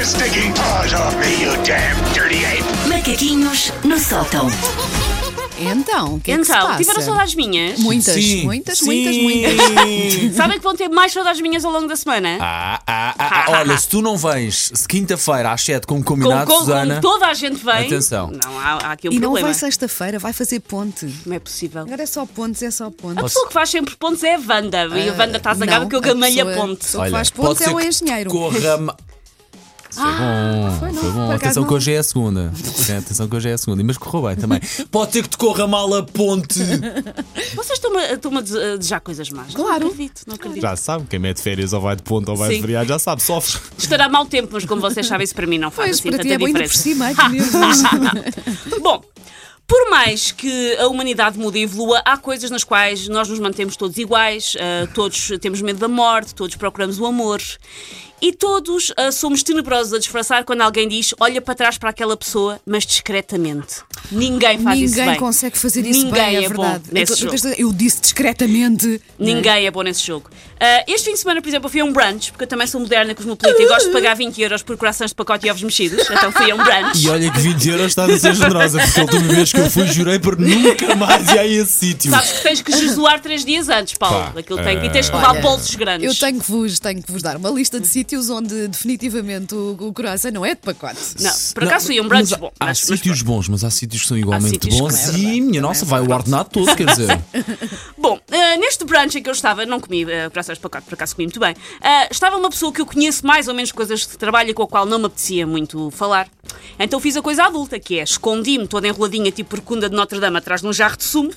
stinking paws off me, you damn dirty ape! Macaquinhos no sótão. Então, o que é que se Então, passa? tiveram saudades minhas? Muitas, Sim, muitas, sim. muitas. Sabem que vão ter mais saudades minhas ao longo da semana? Olha, se tu não vens se quinta-feira às 7 como combinado, Com Susana. toda a gente vem. Atenção. Não, há aqui um E não problema. vai sexta-feira, vai fazer ponte. Não é possível. Agora é só pontes, é só A pontes. pessoa que faz sempre pontos é a Wanda. E a Wanda está zangada Não, que eu gamei a pessoa- ponte. pessoa que faz pontes é o engenheiro. Corra Foi bom, foi, não, foi bom. por acaso Atenção não. que hoje é a segunda. Atenção que hoje é a segunda. Mas correu bem também. Pode ser que te corra mal a ponte. Vocês estão-me a desejar coisas más. Claro. Não acredito. Já sabe, quem mete férias ou vai de ponte ou vai Sim. de feriado já sabe, sofre. Estará mau tempo, mas como vocês sabem, isso para mim não faz Pois, assim para tanta ti é bom ainda por diferença. cima. Ai, que nervos. Bom, por mais que a humanidade mude e evolua, há coisas nas quais nós nos mantemos todos iguais, todos temos medo da morte, todos procuramos o amor e todos somos tenebrosos a disfarçar quando alguém diz olha para trás para aquela pessoa, mas discretamente. Ninguém faz isso bem. Ninguém consegue fazer isso Ninguém bem, é é bom verdade. nesse jogo. Eu disse discretamente. Ninguém é bom nesse jogo. Este fim de semana, por exemplo, eu fui a um brunch, porque eu também sou moderna, cosmopolita e gosto de pagar 20 euros por corações de pacote e ovos mexidos. Então fui a um brunch. E olha que 20 euros está a ser generosa, porque a última vez que eu fui jurei por nunca mais ir a esse sítio. Sabes que tens que jesuar 3 dias antes, Paulo. Pá, Aquilo tem, e tens que levar Olha, bolsos grandes. Eu tenho que vos dar uma lista de sítios onde definitivamente o coração não é de pacote. Não, por acaso fui a um brunch mas bom. Há mas sítios bons, mas há sítios que são igualmente sítios que bons não é e, verdade. minha nossa, vai o ordenado todo, quer dizer. Bom, neste brunch em que eu estava, não comi corações de pacote, por acaso comi muito bem, estava uma pessoa que eu conheço mais ou menos coisas de trabalho com a qual não me apetecia muito falar. Então fiz a coisa adulta, que é escondi-me toda enroladinha, tipo corcunda de Notre Dame, atrás de um jarro de sumo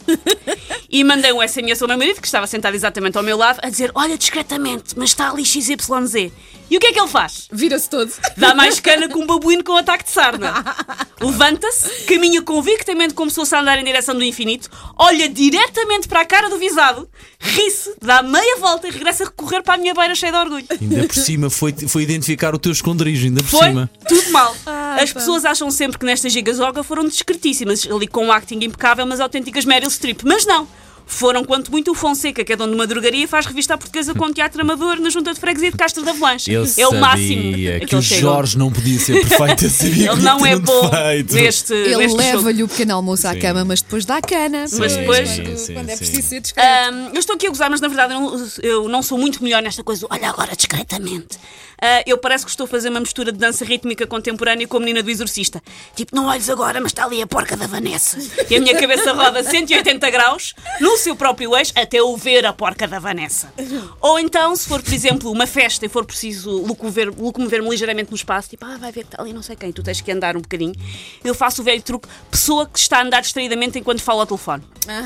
e mandei um SMS ao meu marido, que estava sentado exatamente ao meu lado, a dizer, olha, discretamente, mas está ali XYZ. E o que é que ele faz? Vira-se todo. Dá mais cana que um babuíno com ataque de sarna. Levanta-se, caminha convictamente como se fosse a andar em direção do infinito, olha diretamente para a cara do visado, ri-se, dá meia volta e regressa a correr para a minha beira cheia de orgulho. Ainda por cima foi identificar o teu esconderijo, ainda por Foi cima. tudo mal. As pessoas acham sempre que nesta gigazoga foram discretíssimas, ali com um acting impecável, mas autênticas Meryl Streep. Mas não. Foram quanto muito o Fonseca, que é dono de uma drogaria e faz revista à portuguesa com teatro amador na junta de freguesia de Castro da Avelanche. Eu É o máximo. sabia a que o ele chegou. Jorge não podia ser perfeito, eu sabia que Ele não tinha é bom defeito. neste Ele jogo. leva-lhe o pequeno almoço à Sim. cama, mas depois dá cana. Mas depois- Quando é sim. preciso ser discreto. Eu estou aqui a gozar, mas na verdade eu não sou muito melhor nesta coisa. Olha agora, discretamente. Eu parece que estou a fazer uma mistura de dança rítmica contemporânea com a menina do Exorcista. Tipo, não olhes agora, mas está ali a porca da Vanessa. E a minha cabeça roda 180 graus no seu próprio eixo até eu ver a porca da Vanessa. Ou então, se for, por exemplo, uma festa e for preciso locomover-me ligeiramente no espaço, tipo, vai ver que está ali não sei quem, tu tens que andar um bocadinho, eu faço o velho truque, pessoa que está a andar distraidamente enquanto fala ao telefone.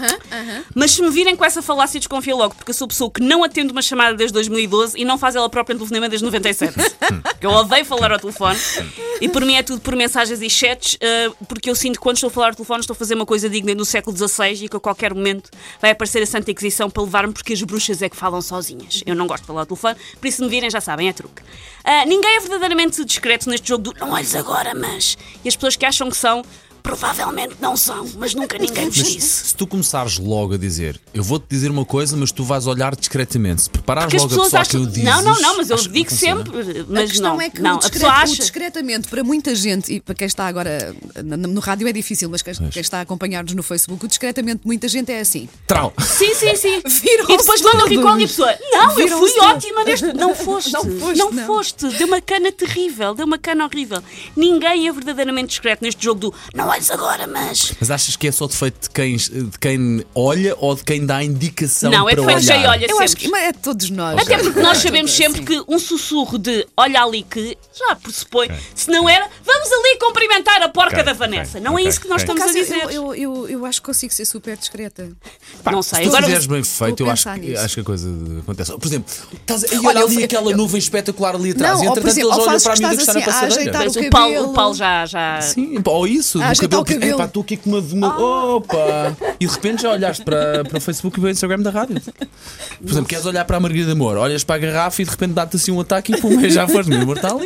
Mas se me virem com essa falácia, desconfia logo, porque eu sou pessoa que não atende uma chamada desde 2012 e não faz ela própria um telefonema desde 97. Porque eu odeio falar ao telefone e por mim é tudo por mensagens e chats, porque eu sinto que quando estou a falar ao telefone estou a fazer uma coisa digna do século XVI e que a qualquer momento vai aparecer a Santa Inquisição para levar-me, porque as bruxas é que falam sozinhas. Eu não gosto de falar ao telefone, por isso se me virem já sabem, é truque. Ninguém é verdadeiramente discreto neste jogo do não olhes agora, mas... E as pessoas que acham que são, provavelmente não são, mas nunca ninguém vos Mas disse. se tu começares logo a dizer, eu vou-te dizer uma coisa, mas tu vais olhar discretamente. Se preparares Porque as logo a pessoas pessoa acham... que eu dizes... Não, mas eu acho que digo não funciona. sempre, mas A questão não. é que não. o A pessoa acha... discretamente, para muita gente, e para quem está agora no rádio é difícil, mas quem está a acompanhar-nos no Facebook, o discretamente, muita gente é assim. Trau. Sim. Viram-se E depois mandam vir qual e a todos. pessoa. Não, eu Viram-se fui todos. ótima neste. Não foste. Não foste. Deu uma cana terrível. Deu uma cana horrível. Ninguém é verdadeiramente discreto neste jogo do não olhes agora, mas. Mas achas que é só defeito de quem olha ou de quem dá a indicação Não, é para defeito olhar? cheio, olha Eu acho que sempre. mas é de todos nós. Até porque nós sabemos É sempre assim. que um sussurro de olha ali que já pressupõe, se não era, vamos ali cumprimentar a porca Ok, da Vanessa. ok, Não é ok, isso que nós ok. estamos Por a acaso, dizer. eu acho que consigo ser super discreta. Não sei. Se tu Agora, fizeres bem feito, vou eu acho pensar que, nisso. acho que a coisa acontece. Por exemplo, e Olha, olha ali eu- aquela nuvem espetacular ali atrás. Não, e ou, por entretanto exemplo, eles ou olham fazes para a que amiga que está estás na assim a passadeira. ajeitar mas o o Paulo cabelo. já. Sim, ou isso, do ajeitar o cabelo. cabelo. Epá, estou aqui com uma. Opa! E de repente já olhaste para o Facebook e para o Instagram da rádio. Por exemplo, queres olhar para a Margarida Moura, olhas para a garrafa e de repente dá-te assim um ataque e pum, já foste. Meu amor, está ali.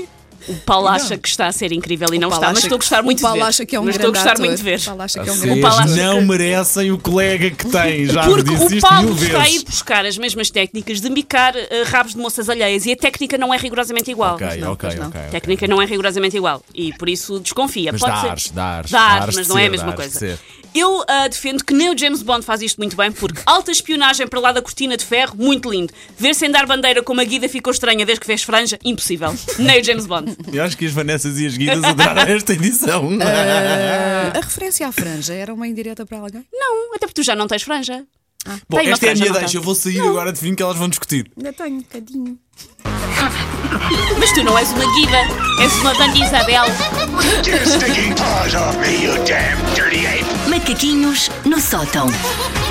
O Paulo acha que está a ser incrível e não está, mas estou a gostar muito de ver. O Paulo acha que é um mas grande estou a gostar ator. muito de ver. O Paulo acha que é um Vocês grande Paulo ator. não merecem o colega que tem. Já me Porque disse o isto Paulo mil está a ir vezes. buscar as mesmas técnicas de bicar rabos de moças alheias e a técnica não é rigorosamente igual. Ok. A técnica não é rigorosamente igual e por isso desconfia. Mas Pode ser. dares, Mas não é a mesma coisa. Eu defendo que nem o James Bond faz isto muito bem, porque alta espionagem para lá da cortina de ferro, muito lindo. Ver sem dar bandeira como a Guida ficou estranha desde que fez franja, impossível. Nem o James Bond. Eu acho que as Vanessas e as Guidas adoraram esta edição. A referência à franja era uma indireta para alguém? Não, até porque tu já não tens franja. Bom, Tem uma esta é a franja, minha não deixa. tem? Eu vou sair agora de fim que elas vão discutir. Ainda tenho um bocadinho. Mas tu não és uma Guida, és uma Dona Isabel. Take your stinking paws off me, you damn dirty ape! Macaquinhos no sótão.